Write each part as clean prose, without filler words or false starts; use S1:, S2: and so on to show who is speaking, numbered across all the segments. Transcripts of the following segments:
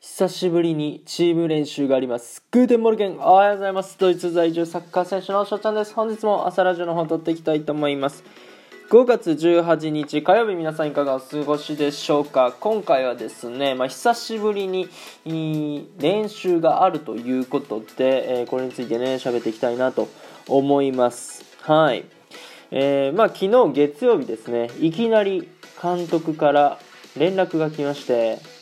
S1: 久しぶりにチーム練習があります。グーテンモルゲン、おはようございます。ドイツ在住サッカー選手の翔ちゃんです。本日も朝ラジオの方撮っていきたいと思います。5月18日火曜日、皆さんいかがお過ごしでしょうか。今回はですね、久しぶりに練習があるということで、これについてね喋っていきたいなと思います。はい。昨日月曜日ですね、いきなり監督から連絡が来まして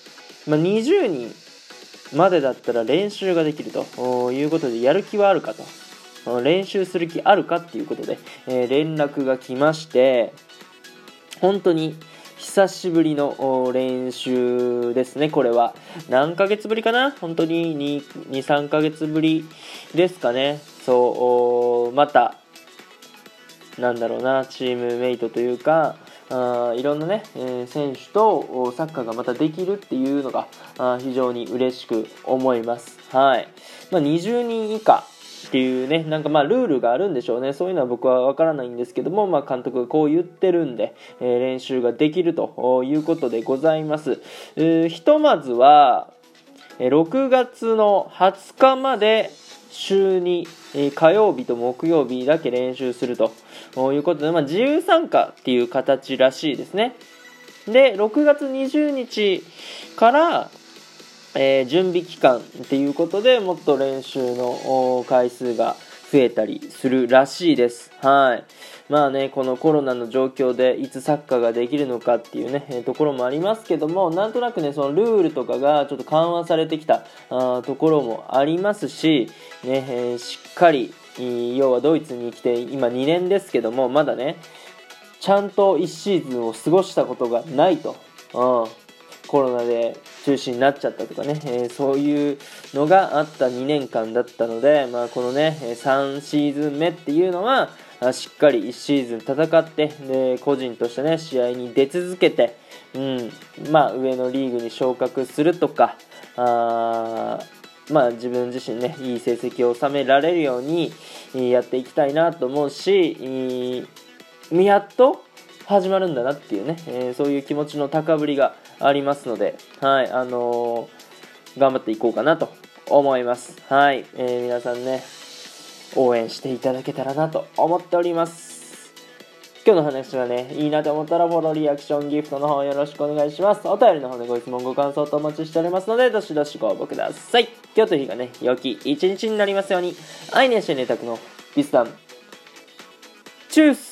S1: 、20人までだったら練習ができるということで、やる気はあるかと、練習する気あるかっていうことで、連絡が来まして、本当に久しぶりの練習ですね。これは何ヶ月ぶりかな、本当に 2,3 ヶ月ぶりですかね。またチームメイトというか、いろんなね、選手とサッカーがまたできるっていうのが非常に嬉しく思います。はい。20人以下っていうね、ルールがあるんでしょうね。そういうのは僕はわからないんですけども、監督がこう言ってるんで、練習ができるということでございます。ひとまずは6月の20日まで週に火曜日と木曜日だけ練習するということで、自由参加っていう形らしいですね。で、6月20日から、準備期間っていうことで、もっと練習の回数が増えたりするらしいです。はい。このコロナの状況でいつサッカーができるのかっていうね、ところもありますけども、なんとなくね、そのルールとかがちょっと緩和されてきたところもありますし、ね、しっかり、要はドイツに来て今2年ですけども、まだね、ちゃんと1シーズンを過ごしたことがないと。コロナで中止になっちゃったとかね、そういうのがあった2年間だったので、このね3シーズン目っていうのはしっかり1シーズン戦って、で個人としてね試合に出続けて、上のリーグに昇格するとか、自分自身ねいい成績を収められるようにやっていきたいなと思うし、やっと始まるんだなっていうね、そういう気持ちの高ぶりがありますので、はい、頑張っていこうかなと思います。はい、皆さんね応援していただけたらなと思っております。今日の話がねいいなと思ったらフォロー、リアクション、ギフトの方よろしくお願いします。お便りの方でご質問ご感想とお待ちしておりますので、どしどしご応募ください。今日という日がね良き一日になりますように。愛にしてねたくのビスタンチュース。